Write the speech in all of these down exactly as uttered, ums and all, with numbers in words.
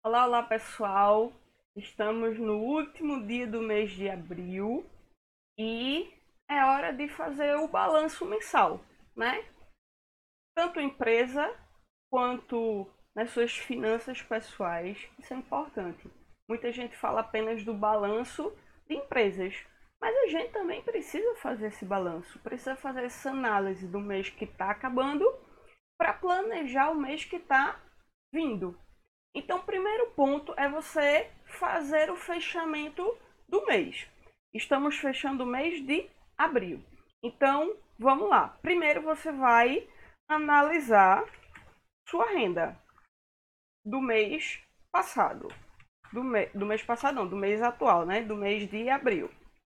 Olá, olá pessoal! Estamos no último dia do mês de abril e é hora de fazer o balanço mensal, né? Tanto empresa quanto nas suas finanças pessoais, isso é importante. Muita gente fala apenas do balanço de empresas, mas a gente também precisa fazer esse balanço, precisa fazer essa análise do mês que está acabando para planejar o mês que está vindo. Então, o primeiro ponto é você fazer o fechamento do mês. Estamos fechando o mês de abril. Então, vamos lá. Primeiro você vai analisar sua renda do mês passado. Do, me do mês passado, não, do mês atual, né? Do mês de abril.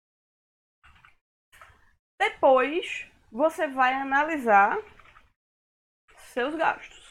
Depois, você vai analisar seus gastos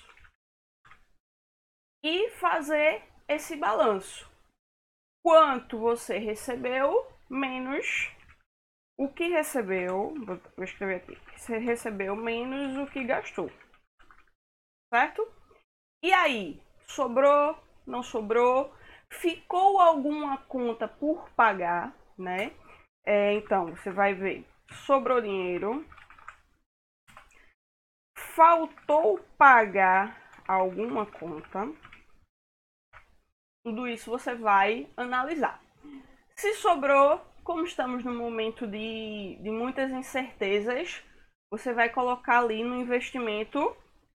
e fazer esse balanço. Quanto você recebeu menos o que recebeu, vou escrever aqui, você recebeu menos o que gastou, certo? E aí, sobrou, não sobrou, ficou alguma conta por pagar, né? É, então, você vai ver, sobrou dinheiro, faltou pagar alguma conta, tudo isso você vai analisar. Se sobrou, como estamos num momento de, de muitas incertezas, você vai colocar ali no investimento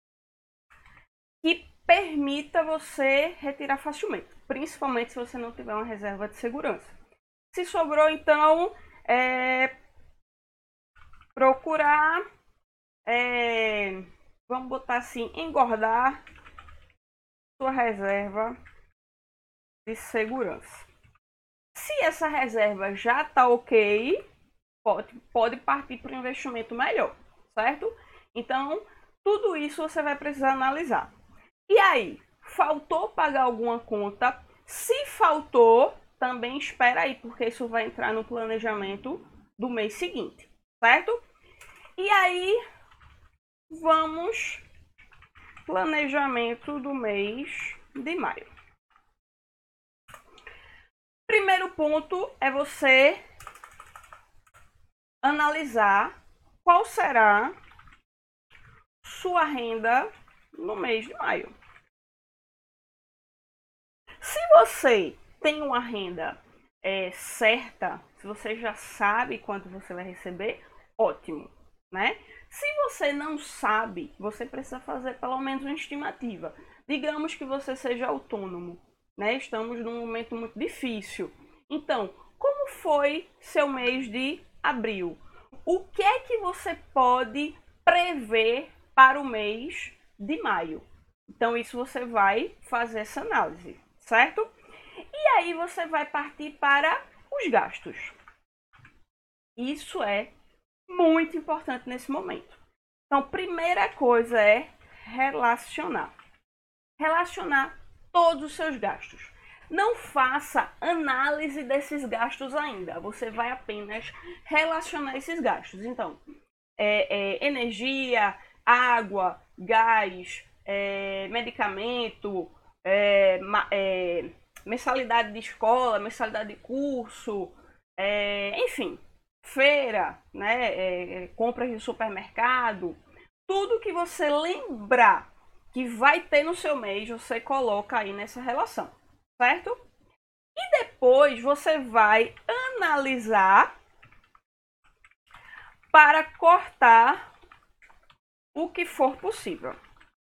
que permita você retirar facilmente, principalmente se você não tiver uma reserva de segurança. Se sobrou, então, é, procurar, é, vamos botar assim, engordar sua reserva de segurança. Se essa reserva já está ok, pode, pode partir para um investimento melhor, certo? Então, tudo isso você vai precisar analisar. E aí, faltou pagar alguma conta? Se faltou, também espera aí, porque isso vai entrar no planejamento do mês seguinte, certo? E aí, vamos planejamento do mês de maio. Primeiro ponto é você analisar qual será sua renda no mês de maio. Se você tem uma renda é, certa, se você já sabe quanto você vai receber, ótimo, né? Se você não sabe, você precisa fazer pelo menos uma estimativa. Digamos que você seja autônomo, né? Estamos num momento muito difícil. Então, como foi seu mês de abril? O que é que você pode prever para o mês de maio? Então, isso você vai fazer essa análise, certo? E aí você vai partir para os gastos. Isso é muito importante nesse momento. Então, primeira coisa é relacionar. Relacionar todos os seus gastos. Não faça análise desses gastos ainda. Você vai apenas relacionar esses gastos. Então, é, é, energia, água, gás, é, medicamento, é, é, mensalidade de escola, mensalidade de curso, é, enfim, feira, né, é, compras de supermercado, tudo que você lembrar que vai ter no seu mês, você coloca aí nessa relação, certo? E depois você vai analisar para cortar o que for possível.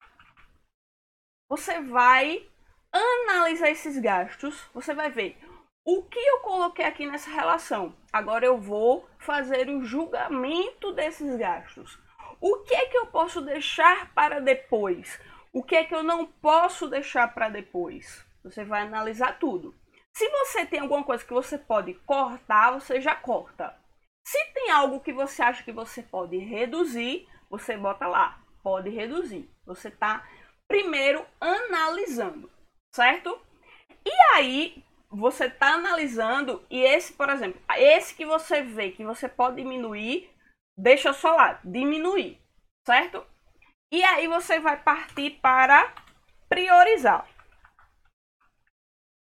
Você vai analisar esses gastos, você vai ver o que eu coloquei aqui nessa relação. Agora eu vou fazer o julgamento desses gastos. O que é que eu posso deixar para depois? O que é que eu não posso deixar para depois? Você vai analisar tudo. Se você tem alguma coisa que você pode cortar, você já corta. Se tem algo que você acha que você pode reduzir, você bota lá, pode reduzir. Você está primeiro analisando, certo? E aí você está analisando e esse, por exemplo, esse que você vê que você pode diminuir, deixa só lá, diminuir, certo? E aí você vai partir para priorizar.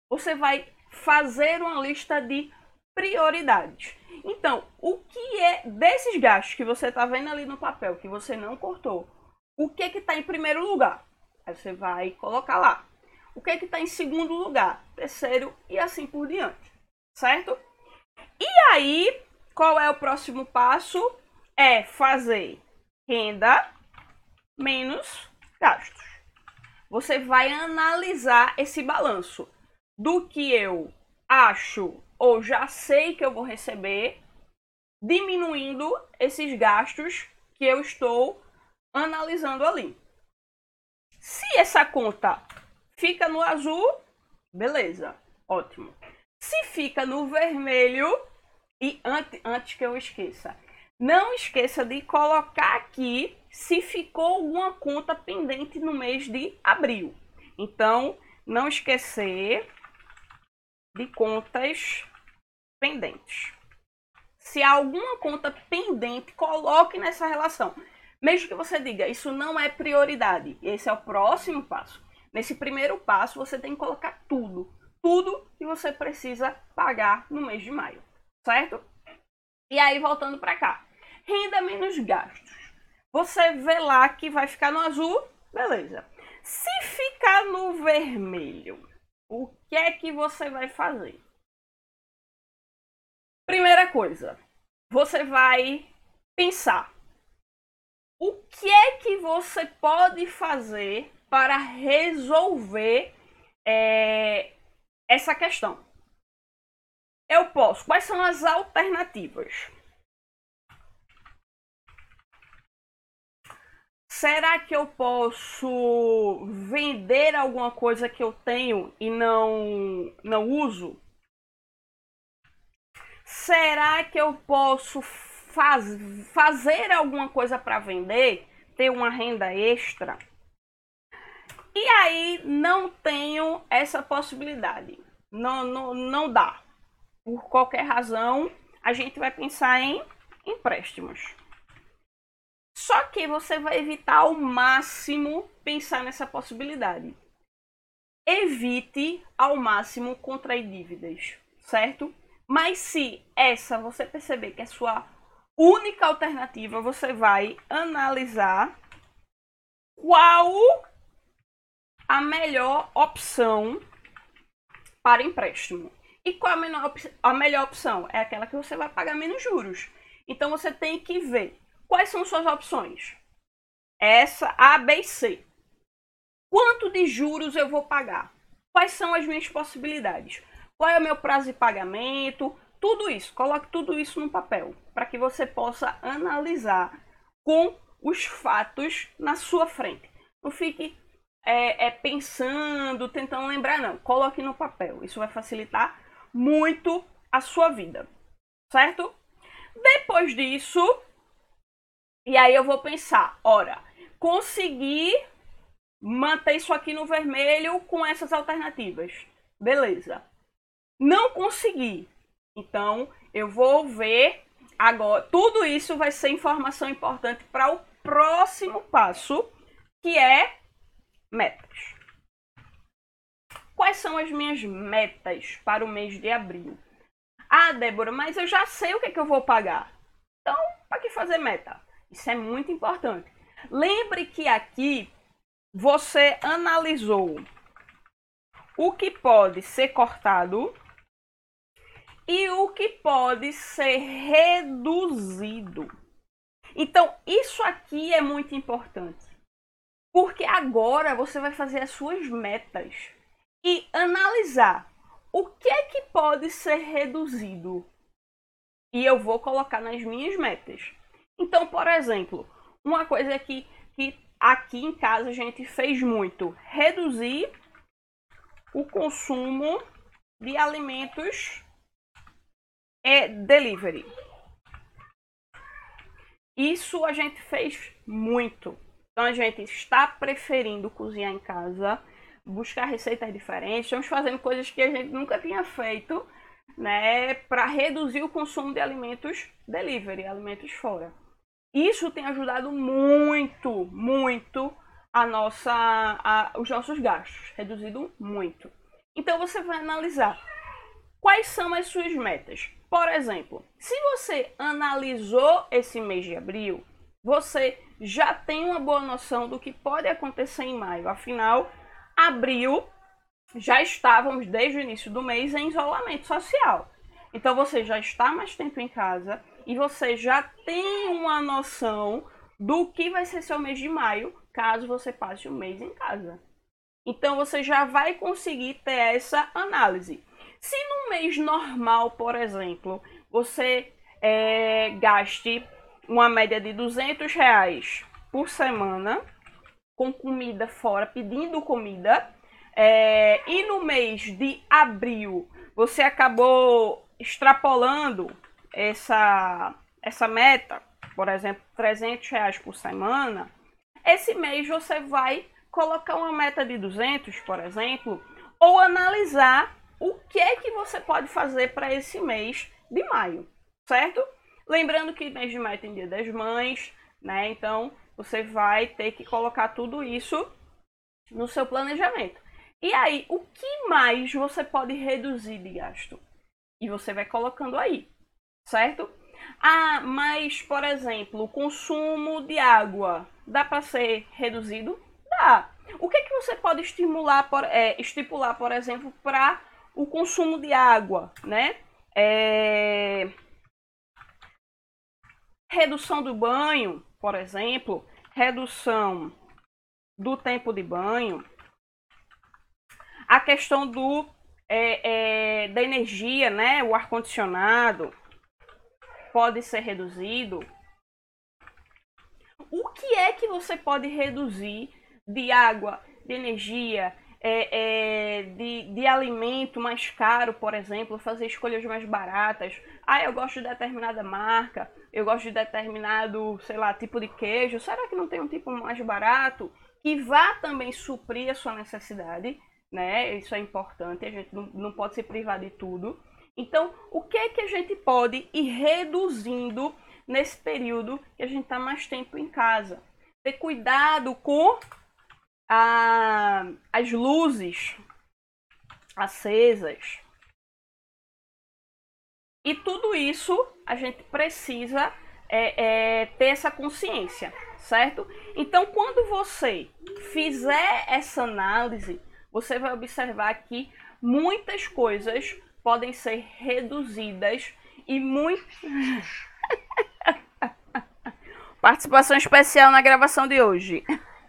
você vai fazer uma lista de prioridades. Então, o que é desses gastos que você está vendo ali no papel, que você não cortou, o que que está em primeiro lugar? Aí você vai colocar lá. O que que está em segundo lugar? Terceiro e assim por diante, certo? E aí, qual é o próximo passo? É fazer renda menos gastos. Você vai analisar esse balanço do que eu acho ou já sei que eu vou receber, diminuindo esses gastos que eu estou analisando ali. Se essa conta fica no azul, beleza, ótimo. Se fica no vermelho, e antes, antes que eu esqueça, não esqueça de colocar aqui se ficou alguma conta pendente no mês de abril. Então, não esquecer de contas pendentes. Se há alguma conta pendente, coloque nessa relação. Mesmo que você diga, isso não é prioridade. Esse é o próximo passo. Nesse primeiro passo, você tem que colocar tudo. Tudo que você precisa pagar no mês de maio. Certo? E aí, voltando para cá. Renda menos gastos. Você vê lá que vai ficar no azul. Beleza. Se ficar no vermelho, o que é que você vai fazer? Primeira coisa, você vai pensar o que é que você pode fazer para resolver é, essa questão. Eu posso. Quais são as alternativas? Será que eu posso vender alguma coisa que eu tenho e não, não uso? Será que eu posso faz, fazer alguma coisa para vender? Ter uma renda extra? E aí não tenho essa possibilidade. Não, não, não dá. Por qualquer razão, a gente vai pensar em empréstimos. Só que você vai evitar ao máximo pensar nessa possibilidade. Evite ao máximo contrair dívidas, certo? Mas se essa você perceber que é sua única alternativa, você vai analisar qual a melhor opção para empréstimo. E qual a, menor, a melhor opção? É aquela que você vai pagar menos juros. Então você tem que ver quais são suas opções. Essa, A, B e C. Quanto de juros eu vou pagar? Quais são as minhas possibilidades? Qual é o meu prazo de pagamento? Tudo isso, coloque tudo isso no papel, para que você possa analisar com os fatos na sua frente. Não fique é, é, pensando, tentando lembrar, não. Coloque no papel. Isso vai facilitar muito a sua vida, certo? Depois disso, e aí eu vou pensar, ora, consegui manter isso aqui no vermelho com essas alternativas. Beleza. Não consegui. Então, eu vou ver agora. Tudo isso vai ser informação importante para o próximo passo, que é metas. Quais são as minhas metas para o mês de abril? Ah, Débora, mas eu já sei o que é que eu vou pagar. Então, para que fazer meta? Isso é muito importante. Lembre que aqui você analisou o que pode ser cortado e o que pode ser reduzido. Então, isso aqui é muito importante. Porque agora você vai fazer as suas metas e analisar o que é que pode ser reduzido. E eu vou colocar nas minhas metas. Então, por exemplo, uma coisa que, que aqui em casa a gente fez muito: reduzir o consumo de alimentos e delivery. Isso a gente fez muito. Então a gente está preferindo cozinhar em casa, buscar receitas diferentes, estamos fazendo coisas que a gente nunca tinha feito, né, para reduzir o consumo de alimentos delivery, alimentos fora. Isso tem ajudado muito, muito a nossa, a, os nossos gastos, reduzido muito. Então você vai analisar quais são as suas metas. Por exemplo, se você analisou esse mês de abril, você já tem uma boa noção do que pode acontecer em maio. Afinal, abril já estávamos desde o início do mês em isolamento social. Então você já está mais tempo em casa e você já tem uma noção do que vai ser seu mês de maio, caso você passe o mês em casa. Então você já vai conseguir ter essa análise. Se no mês normal, por exemplo, você é, gaste uma média de duzentos reais por semana com comida fora, pedindo comida, é, e no mês de abril você acabou extrapolando essa, essa meta, por exemplo, trezentos reais por semana, esse mês você vai colocar uma meta de duzentos, por exemplo, ou analisar o que é que você pode fazer para esse mês de maio, certo? Lembrando que mês de maio tem Dia das Mães, né? Então você vai ter que colocar tudo isso no seu planejamento. E aí, o que mais você pode reduzir de gasto? E você vai colocando aí, certo? Ah, mas, por exemplo, o consumo de água dá para ser reduzido? Dá. O que, é que você pode estimular, por, é, estipular, por exemplo, para o consumo de água, né? É... Redução do banho, por exemplo, redução do tempo de banho, a questão do, é, é, da energia, né? O ar-condicionado pode ser reduzido. O que é que você pode reduzir de água, de energia, é, é, de, de alimento mais caro, por exemplo, fazer escolhas mais baratas? Ah, eu gosto de determinada marca, eu gosto de determinado, sei lá, tipo de queijo. Será que não tem um tipo mais barato que vá também suprir a sua necessidade? Né? Isso é importante, a gente não, não pode se privar de tudo. Então, o que é que a gente pode ir reduzindo nesse período que a gente está mais tempo em casa? Ter cuidado com a, as luzes acesas. E tudo isso a gente precisa é, é, ter essa consciência, certo? Então, quando você fizer essa análise, você vai observar que muitas coisas podem ser reduzidas e muito... Participação especial na gravação de hoje.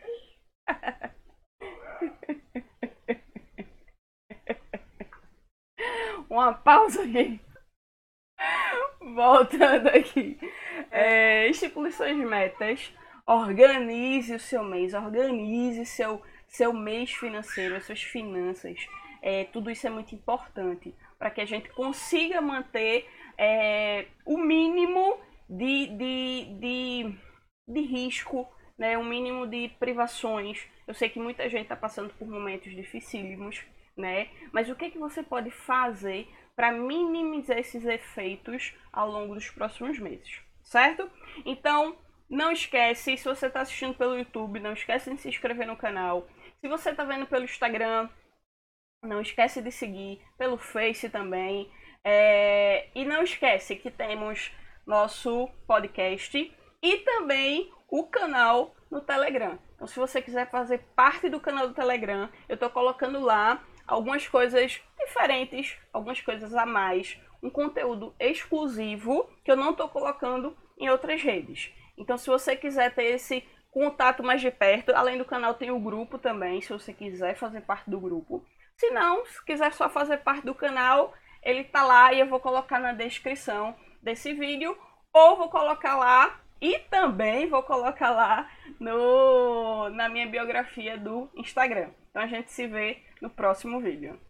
Uma pausa aqui. Voltando aqui. É, estipule suas metas. Organize o seu mês. Organize seu, seu mês financeiro, as suas finanças. É, tudo isso é muito importante para que a gente consiga manter é, o mínimo de, de, de, de risco, né? O mínimo de privações. Eu sei que muita gente está passando por momentos dificílimos, né? Mas o que, é que você pode fazer para minimizar esses efeitos ao longo dos próximos meses, certo? Então, não esquece, se você está assistindo pelo YouTube, não esquece de se inscrever no canal. Se você está vendo pelo Instagram, não esquece de seguir, pelo Face também. É... E não esquece que temos nosso podcast e também o canal no Telegram. Então, se você quiser fazer parte do canal do Telegram, eu estou colocando lá algumas coisas diferentes, algumas coisas a mais, um conteúdo exclusivo que eu não estou colocando em outras redes. Então, se você quiser ter esse contato mais de perto, além do canal tem o grupo também, se você quiser fazer parte do grupo. Se não, se quiser só fazer parte do canal, ele tá lá e eu vou colocar na descrição desse vídeo, ou vou colocar lá e também vou colocar lá no, na minha biografia do Instagram. Então a gente se vê no próximo vídeo.